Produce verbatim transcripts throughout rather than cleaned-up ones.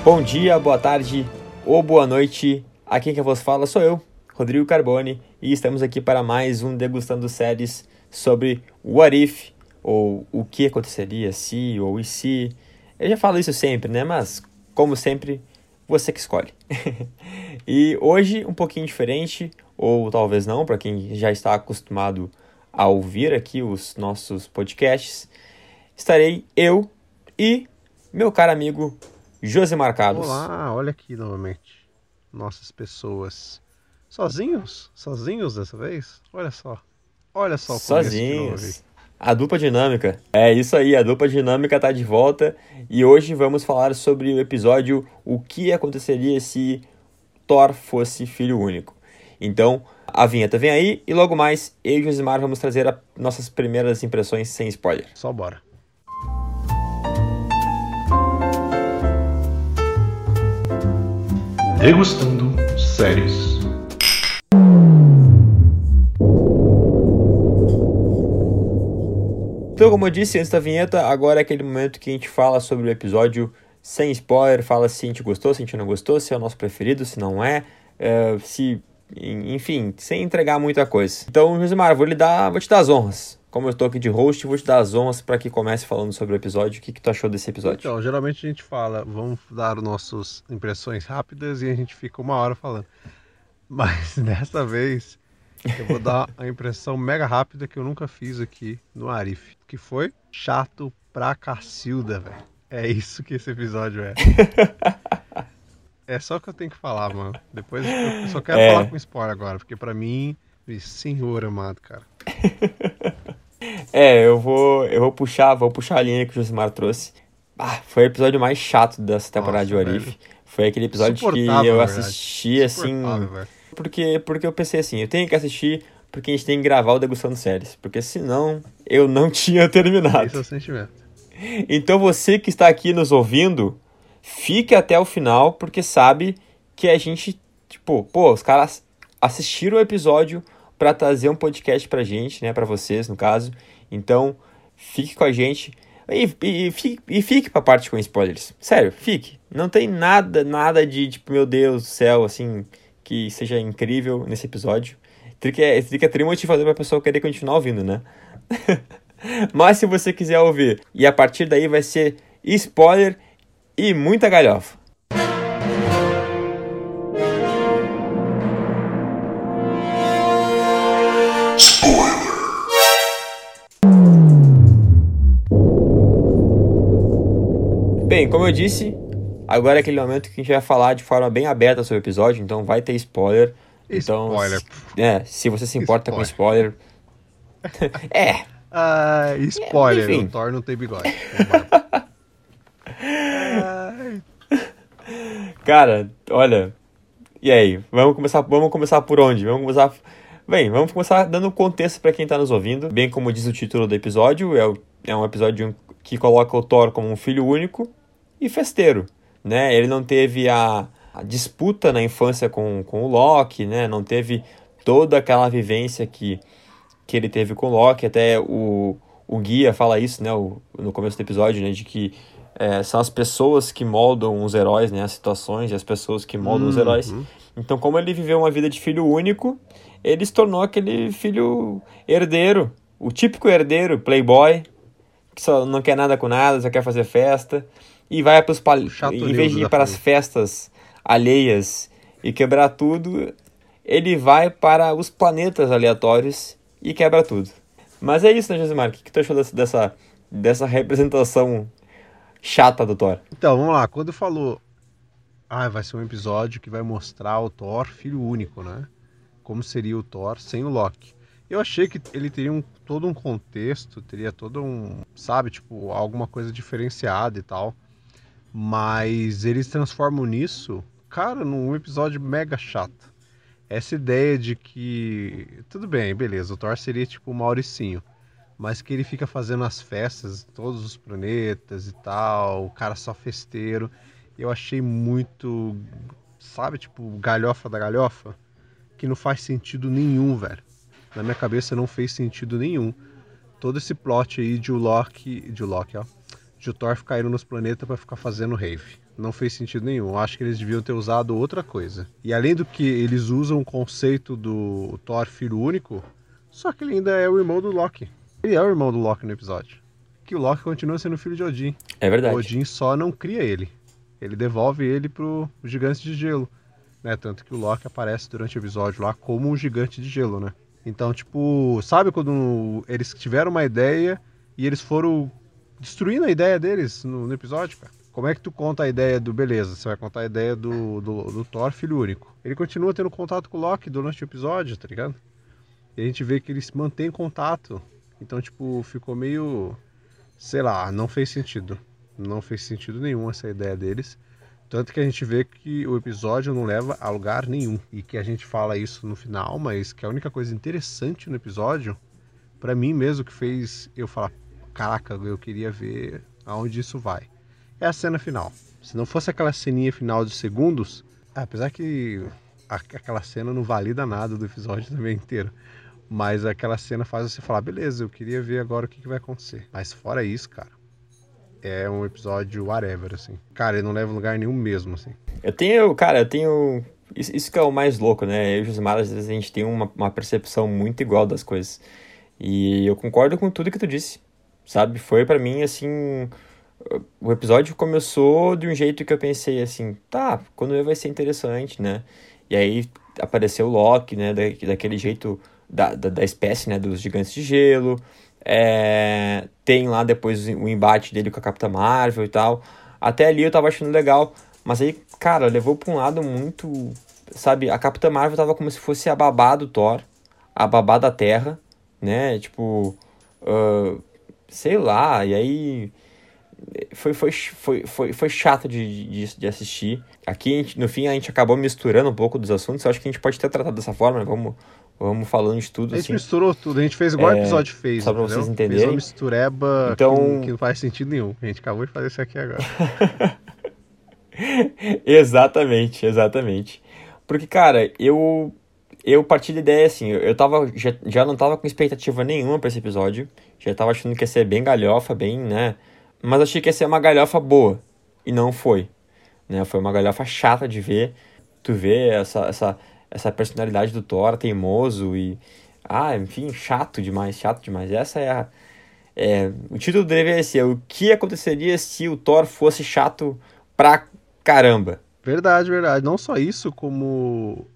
Bom dia, boa tarde ou boa noite. Aqui quem vos fala sou eu, Rodrigo Carboni, e estamos aqui para mais um Degustando Séries sobre What If, ou o que aconteceria se ou e se. Eu já falo isso sempre, né? Mas, como sempre, você que escolhe. E hoje, um pouquinho diferente, ou talvez não, para quem já está acostumado a ouvir aqui os nossos podcasts, estarei eu e meu caro amigo Josemar Carlos. Olá, olha aqui novamente. Nossas pessoas. Sozinhos? Sozinhos dessa vez? Olha só. Olha só o começo de novo aí. Sozinhos. A dupla dinâmica. É isso aí, a dupla dinâmica tá de volta. E hoje vamos falar sobre o episódio O que aconteceria se Thor fosse filho único. Então, a vinheta vem aí e logo mais eu e o Josemar vamos trazer a, nossas primeiras impressões sem spoiler. Só bora. Degustando Séries. Então, como eu disse antes da vinheta, agora é aquele momento que a gente fala sobre o episódio sem spoiler, fala se a gente gostou, se a gente não gostou, se é o nosso preferido, se não é, é se... enfim, sem entregar muita coisa. Então, Josemar, vou lhe dar, vou te dar as honras. Como eu estou aqui de host, vou te dar as honras para que comece falando sobre o episódio. O que, que tu achou desse episódio? Então, geralmente a gente fala, vamos dar nossas impressões rápidas e a gente fica uma hora falando. Mas dessa vez eu vou dar a impressão mega rápida que eu nunca fiz aqui no Arif. Que foi chato pra cacilda, velho. É isso que esse episódio é. É só o que eu tenho que falar, mano. Depois eu só quero é. falar com spoiler agora, porque pra mim, senhor amado, cara. É, eu vou, eu vou puxar, vou puxar a linha que o Josemar trouxe. Ah, foi o episódio mais chato dessa temporada Nossa, de What If. Foi aquele episódio que eu assisti assim, porque porque eu pensei assim, eu tenho que assistir porque a gente tem que gravar o Degustando Séries, porque senão eu não tinha terminado. Esse é o sentimento. Então você que está aqui nos ouvindo, fique até o final, porque sabe que a gente, tipo, pô, os caras assistiram o episódio para trazer um podcast pra gente, né, pra vocês, no caso. Então, fique com a gente e, e, e, fique, e fique pra parte com spoilers. Sério, fique. Não tem nada, nada de, tipo, meu Deus do céu, assim, que seja incrível nesse episódio. Fica, fica trimotivador pra pessoa querer continuar ouvindo, né? Mas se você quiser ouvir, e a partir daí vai ser spoiler e muita galhofa. Bem, como eu disse, agora é aquele momento que a gente vai falar de forma bem aberta sobre o episódio, então vai ter spoiler. Então, spoiler. É, se você se importa spoiler. com spoiler... é. Ah, spoiler, Enfim. O Thor não tem bigode. Cara, olha... E aí? Vamos começar, vamos começar por onde? Vamos começar... Bem, vamos começar dando contexto para quem está nos ouvindo. Bem como diz o título do episódio, é, o, é um episódio que coloca o Thor como um filho único e festeiro, né? Ele não teve a, a disputa na infância com, com o Loki, né? Não teve toda aquela vivência que, que ele teve com o Loki. Até o, o Guia fala isso, né? O, no começo do episódio, né? De que é, são as pessoas que moldam os heróis, né? As situações e as pessoas que moldam uhum. os heróis. Então, como ele viveu uma vida de filho único, ele se tornou aquele filho herdeiro, o típico herdeiro, playboy, que só não quer nada com nada, só quer fazer festa, e vai para os pal... em vez de ir para as festas alheias e quebrar tudo, ele vai para os planetas aleatórios e quebra tudo. Mas é isso, né, Josemar? O que, que tu achou dessa, dessa, dessa representação chata do Thor? Então, vamos lá. Quando falou, ah, vai ser um episódio que vai mostrar o Thor filho único, né? Como seria o Thor sem o Loki. Eu achei que ele teria um, todo um contexto, teria todo um, sabe, tipo, alguma coisa diferenciada e tal. Mas eles transformam nisso, cara, num episódio mega chato. Essa ideia de que, tudo bem, beleza, o Thor seria tipo o Mauricinho, mas que ele fica fazendo as festas, todos os planetas e tal, o cara só festeiro. Eu achei muito, sabe, tipo, galhofa da galhofa, que não faz sentido nenhum, velho. Na minha cabeça não fez sentido nenhum. Todo esse plot aí de o Loki, de o Loki, ó, de o Thor ficar indo nos planetas pra ficar fazendo rave. não fez sentido nenhum. Eu acho que eles deviam ter usado outra coisa. E além do que, eles usam o conceito do Thor filho único, só que ele ainda é o irmão do Loki. Ele é o irmão do Loki no episódio. Que o Loki continua sendo filho de Odin. É verdade. O Odin só não cria ele. Ele devolve ele pro gigante de gelo. Né? Tanto que o Loki aparece durante o episódio lá como um gigante de gelo, né? Então, tipo, sabe quando eles tiveram uma ideia e eles foram destruindo a ideia deles no, no episódio, cara? Como é que tu conta a ideia do... Beleza, você vai contar a ideia do, do, do Thor filho único. Ele continua tendo contato com o Loki durante o episódio, tá ligado? E a gente vê que eles mantêm contato. Então, tipo, ficou meio... Sei lá, não fez sentido. Não fez sentido nenhum essa ideia deles. Tanto que a gente vê que o episódio não leva a lugar nenhum. E que a gente fala isso no final, mas que a única coisa interessante no episódio, pra mim mesmo, que fez eu falar, caraca, eu queria ver aonde isso vai, é a cena final. Se não fosse aquela ceninha final de segundos, apesar que aquela cena não valida nada do episódio também inteiro, mas aquela cena faz você falar, beleza, eu queria ver agora o que, que vai acontecer. Mas fora isso, cara, é um episódio whatever, assim. Cara, ele não leva lugar nenhum mesmo, assim. Eu tenho, cara, eu tenho... Isso, isso que é o mais louco, né? Eu e o Josimar, às vezes a gente tem uma, uma percepção muito igual das coisas. E eu concordo com tudo que tu disse, sabe? Foi pra mim, assim... O episódio começou de um jeito que eu pensei, assim... Tá, quando vai ser interessante, né? E aí apareceu o Loki, né? Da, daquele jeito da, da, da espécie, né? Dos gigantes de gelo... É, tem lá depois o embate dele com a Capitã Marvel e tal. Até ali eu tava achando legal. Mas aí, cara, levou pra um lado muito... Sabe, a Capitã Marvel tava como se fosse a babá do Thor. A babá da Terra, né? Tipo... Uh, sei lá, e aí... Foi, foi, foi, foi, foi chato de, de, de assistir. Aqui, no fim, a gente acabou misturando um pouco dos assuntos. Eu acho que a gente pode ter tratado dessa forma, né? Vamos... Vamos falando de tudo, A gente assim. misturou tudo, a gente fez igual o É, episódio fez, só pra entendeu? vocês entenderem. Fez uma mistureba Então... que, que não faz sentido nenhum. A gente acabou de fazer isso aqui agora. Exatamente, exatamente. Porque, cara, eu... Eu parti da ideia, assim, eu tava... Já, já não tava com expectativa nenhuma pra esse episódio. Já tava achando que ia ser bem galhofa, bem, né? Mas achei que ia ser uma galhofa boa. E não foi. Né? Foi uma galhofa chata de ver. Tu vê essa... essa essa personalidade do Thor, teimoso e... Ah, enfim, chato demais, chato demais. Essa é a... É, o título deveria ser o que aconteceria se o Thor fosse chato pra caramba. Verdade, verdade. Não só isso, como...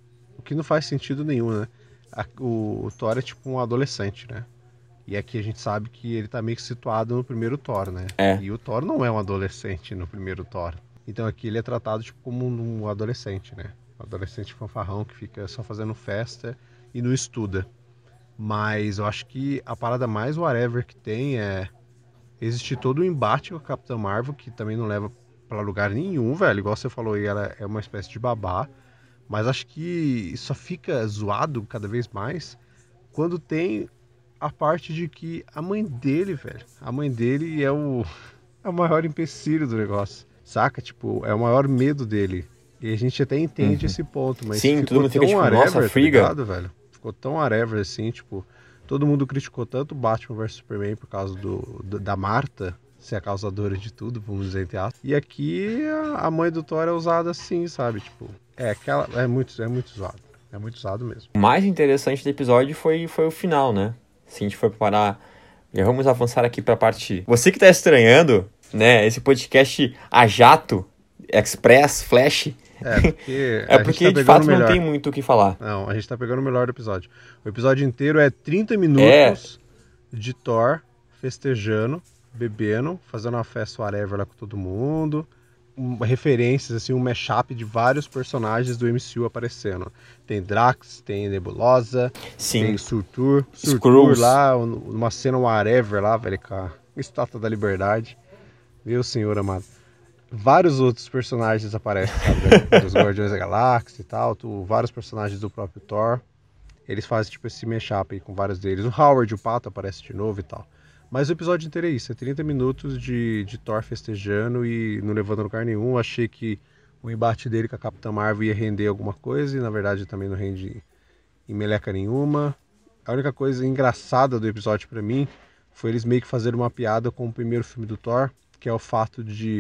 O que não faz sentido nenhum, né? A, o, o Thor é tipo um adolescente, né? E aqui a gente sabe que ele tá meio que situado no primeiro Thor, né? É. E o Thor não é um adolescente no primeiro Thor. Então aqui ele é tratado tipo como um, um adolescente, né? Um adolescente fanfarrão que fica só fazendo festa e não estuda. Mas eu acho que a parada mais whatever que tem é... Existe todo um embate com a Capitã Marvel, que também não leva pra lugar nenhum, velho. Igual você falou aí, ela é uma espécie de babá. Mas acho que só fica zoado cada vez mais quando tem a parte de que a mãe dele, velho... A mãe dele é o, é o maior empecilho do negócio, saca? Tipo, é o maior medo dele. E a gente até entende uhum. esse ponto, mas sim, ficou todo mundo tão fica tipo, whatever, nossa, friga. Tá ligado, velho? Ficou tão whatever assim, tipo... Todo mundo criticou tanto Batman versus Superman por causa do, do, da Marta ser a causadora de tudo, vamos dizer, entre aspas. E aqui a, a mãe do Thor é usada assim, sabe? Tipo, é aquela... É muito, é muito usado. É muito usado mesmo. O mais interessante do episódio foi, foi o final, né? Se a gente for parar... Já vamos avançar aqui pra parte... Você que tá estranhando, né? Esse podcast a jato, express, flash... É porque, é porque tá de fato não tem muito o que falar. Não, a gente tá pegando o melhor do episódio. O episódio inteiro é trinta minutos é. de Thor festejando, bebendo, fazendo uma festa whatever lá com todo mundo. Um, referências, assim, um mashup de vários personagens do M C U aparecendo. Tem Drax, tem Nebulosa, Sim. tem Surtur. Surtur lá, uma cena whatever lá, velho, com a Estátua da Liberdade. Meu senhor amado. Vários outros personagens aparecem, sabe? Dos Guardiões da Galáxia e tal. Tu, vários personagens do próprio Thor. Eles fazem tipo esse mashup aí com vários deles. O Howard, o Pato, aparece de novo e tal. Mas o episódio inteiro é isso. É trinta minutos de, de Thor festejando e não levando a lugar nenhum. Eu achei que o embate dele com a Capitã Marvel ia render alguma coisa. E na verdade também não rende em meleca nenhuma. A única coisa engraçada do episódio pra mim foi eles meio que fazerem uma piada com o primeiro filme do Thor. Que é o fato de...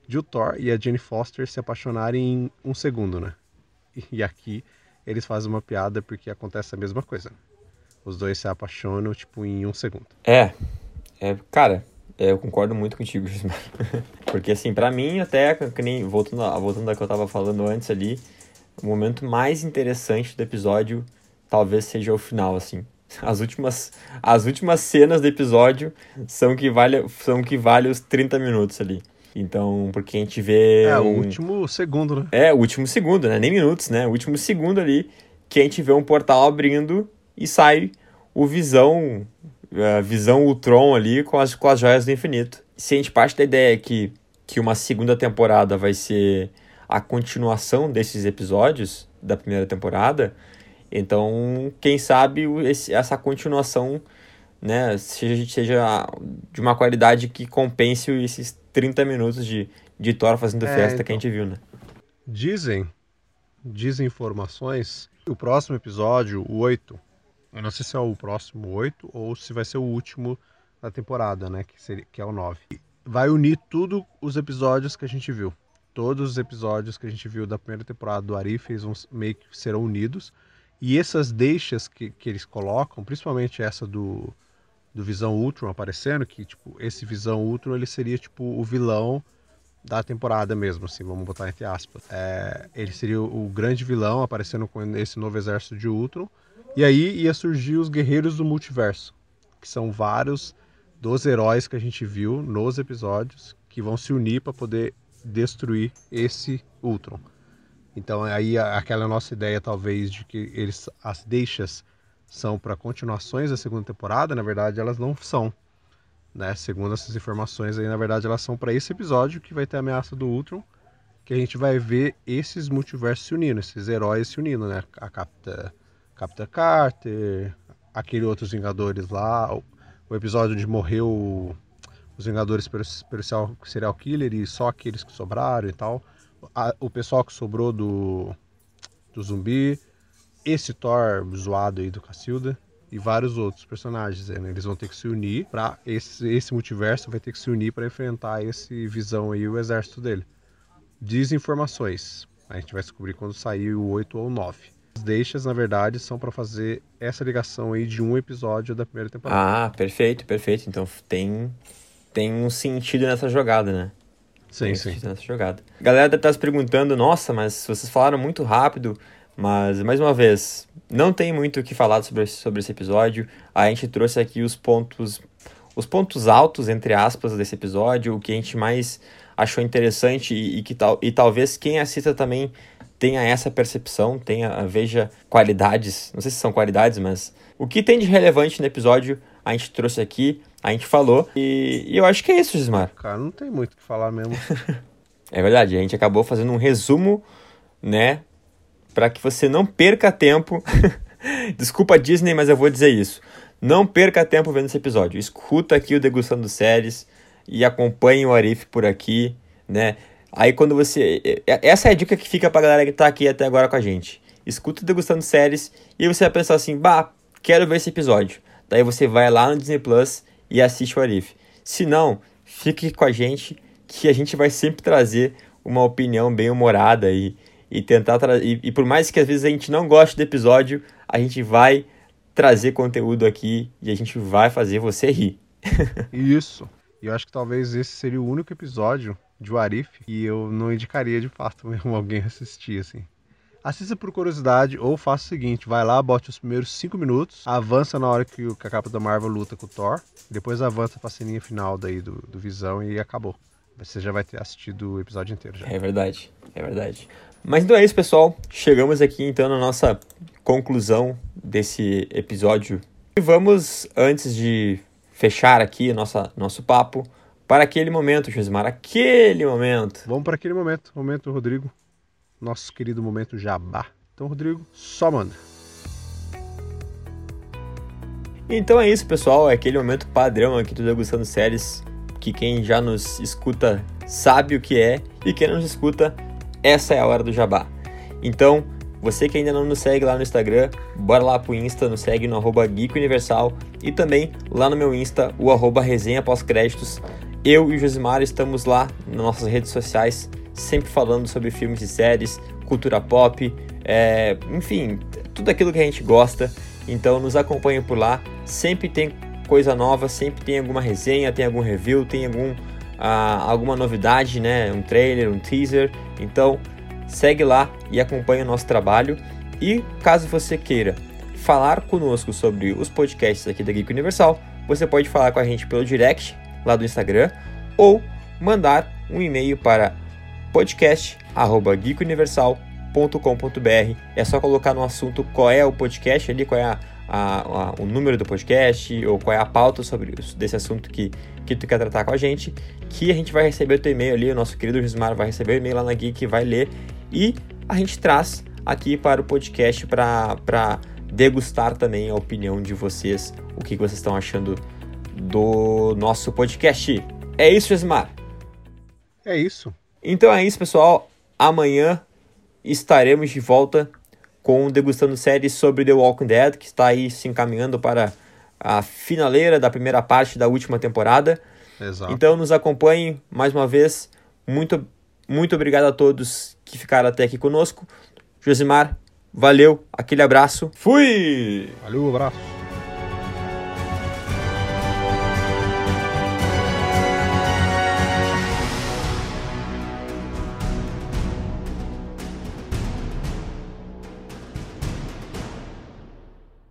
de o Thor e a Jane Foster se apaixonarem em um segundo, né? E aqui eles fazem uma piada porque acontece a mesma coisa. Os dois se apaixonam, tipo, em um segundo. É, é cara, eu concordo muito contigo, Gismar. Porque, assim, pra mim, até, que nem, voltando, a, voltando ao que eu tava falando antes ali, o momento mais interessante do episódio talvez seja o final, assim. As últimas, as últimas cenas do episódio são que vale, são que vale os trinta minutos ali. Então, porque a gente vê... É, um... o último segundo, né? É, o último segundo, né? Nem minutos, né? O último segundo ali, que a gente vê um portal abrindo e sai o Visão, a Visão Ultron ali com as, com as joias do infinito. Se a gente parte da ideia que, que uma segunda temporada vai ser a continuação desses episódios da primeira temporada, então, quem sabe esse, essa continuação, né, seja, seja de uma qualidade que compense esses trinta minutos de, de Thor fazendo É, festa então. que a gente viu, né? Dizem, dizem informações, o próximo episódio, o oito, eu não sei se é o próximo oito ou se vai ser o último da temporada, né, que, seria, que é o nove. Vai unir tudo os episódios que a gente viu. Todos os episódios que a gente viu da primeira temporada do Arif, eles vão, meio que serão unidos. E essas deixas que, que eles colocam, principalmente essa do, do Visão Ultron aparecendo, que tipo, esse Visão Ultron ele seria tipo o vilão da temporada mesmo, assim, vamos botar entre aspas. É, ele seria o, o grande vilão aparecendo com esse novo exército de Ultron. E aí ia surgir os Guerreiros do Multiverso, que são vários dos heróis que a gente viu nos episódios, que vão se unir para poder destruir esse Ultron. Então aí aquela nossa ideia talvez de que eles, as deixas são para continuações da segunda temporada, na verdade elas não são, né? Segundo essas informações aí, na verdade elas são para esse episódio que vai ter a ameaça do Ultron, que a gente vai ver esses multiversos se unindo, esses heróis se unindo, né? A Capitã, Capitã Carter, aquele outros Vingadores lá, o, o episódio onde morreu os Vingadores pelo, pelo serial killer e só aqueles que sobraram e tal. A, o pessoal que sobrou do, do zumbi, esse Thor zoado aí do Cacilda e vários outros personagens, né? Eles vão ter que se unir para esse, esse multiverso vai ter que se unir para enfrentar esse Visão aí, o exército dele. Desinformações, a gente vai descobrir quando sair o oito ou o nove. As deixas, na verdade, são para fazer essa ligação aí de um episódio da primeira temporada. Ah, perfeito, perfeito. Então tem, tem um sentido nessa jogada, né? Sim, sim. Nessa jogada. A galera deve estar se perguntando, nossa, mas vocês falaram muito rápido, mas, mais uma vez, não tem muito o que falar sobre, sobre esse episódio. A gente trouxe aqui os pontos, os pontos altos, entre aspas, desse episódio, o que a gente mais achou interessante e, e, que tal, e talvez quem assista também tenha essa percepção, tenha, veja qualidades, não sei se são qualidades, mas o que tem de relevante no episódio a gente trouxe aqui, a gente falou, e, e eu acho que é isso, Gismar. Cara, não tem muito o que falar mesmo. É verdade, a gente acabou fazendo um resumo, né, para que você não perca tempo. Desculpa Disney, mas eu vou dizer isso. Não perca tempo vendo esse episódio. Escuta aqui o Degustando Séries e acompanhe o Arif por aqui, né? Aí quando você... Essa é a dica que fica pra galera que tá aqui até agora com a gente. Escuta o Degustando Séries e você vai pensar assim, bah, quero ver esse episódio. Daí você vai lá no Disney Plus e assiste o Arif. Se não, fique com a gente, que a gente vai sempre trazer uma opinião bem humorada e, e tentar trazer... E, e por mais que às vezes a gente não goste do episódio, a gente vai trazer conteúdo aqui e a gente vai fazer você rir. Isso. E eu acho que talvez esse seria o único episódio de Arif que eu não indicaria de fato mesmo alguém assistir, assim. Assista por curiosidade ou faça o seguinte, vai lá, bote os primeiros cinco minutos, avança na hora que, o, que a capa da Marvel luta com o Thor, depois avança pra ceninha final daí do, do Visão e acabou. Você já vai ter assistido o episódio inteiro já. É verdade, é verdade. Mas então é isso, pessoal. Chegamos aqui então na nossa conclusão desse episódio. E vamos, antes de fechar aqui nossa, nosso papo, para aquele momento, Josimar, aquele momento. Vamos para aquele momento, momento Rodrigo, nosso querido momento Jabá. Então, Rodrigo, só manda. Então é isso, pessoal, é aquele momento padrão aqui do Degustando Séries, que quem já nos escuta sabe o que é, e quem não nos escuta, essa é a hora do Jabá. Então, você que ainda não nos segue lá no Instagram, bora lá pro Insta, nos segue no arroba Geek Universal e também lá no meu Insta, o arroba Resenha Pós-Créditos, Eu e o Josimar estamos lá nas nossas redes sociais, sempre falando sobre filmes e séries, cultura pop, é, enfim, tudo aquilo que a gente gosta. Então nos acompanhem por lá, sempre tem coisa nova, sempre tem alguma resenha, tem algum review, tem algum, ah, alguma novidade, né? Um trailer, um teaser. Então segue lá e acompanha o nosso trabalho. E caso você queira falar conosco sobre os podcasts aqui da Geek Universal, você pode falar com a gente pelo direct lá do Instagram ou mandar um e-mail para podcast arroba geek universal ponto com ponto b r. É só colocar no assunto qual é o podcast ali, qual é a, a, a, o número do podcast ou qual é a pauta sobre desse assunto que, que tu quer tratar com a gente, que a gente vai receber o teu e-mail ali, o nosso querido Josimar vai receber o e-mail lá na Geek, vai ler e a gente traz aqui para o podcast para degustar também a opinião de vocês, o que vocês estão achando do nosso podcast. É isso, Josimar? É isso. Então é isso, pessoal. Amanhã estaremos de volta com degustando séries sobre The Walking Dead, que está aí se encaminhando para a finaleira da primeira parte da última temporada. Exato. Então nos acompanhem mais uma vez. Muito, muito obrigado a todos que ficaram até aqui conosco. Josimar, valeu, aquele abraço. Fui! Valeu, abraço.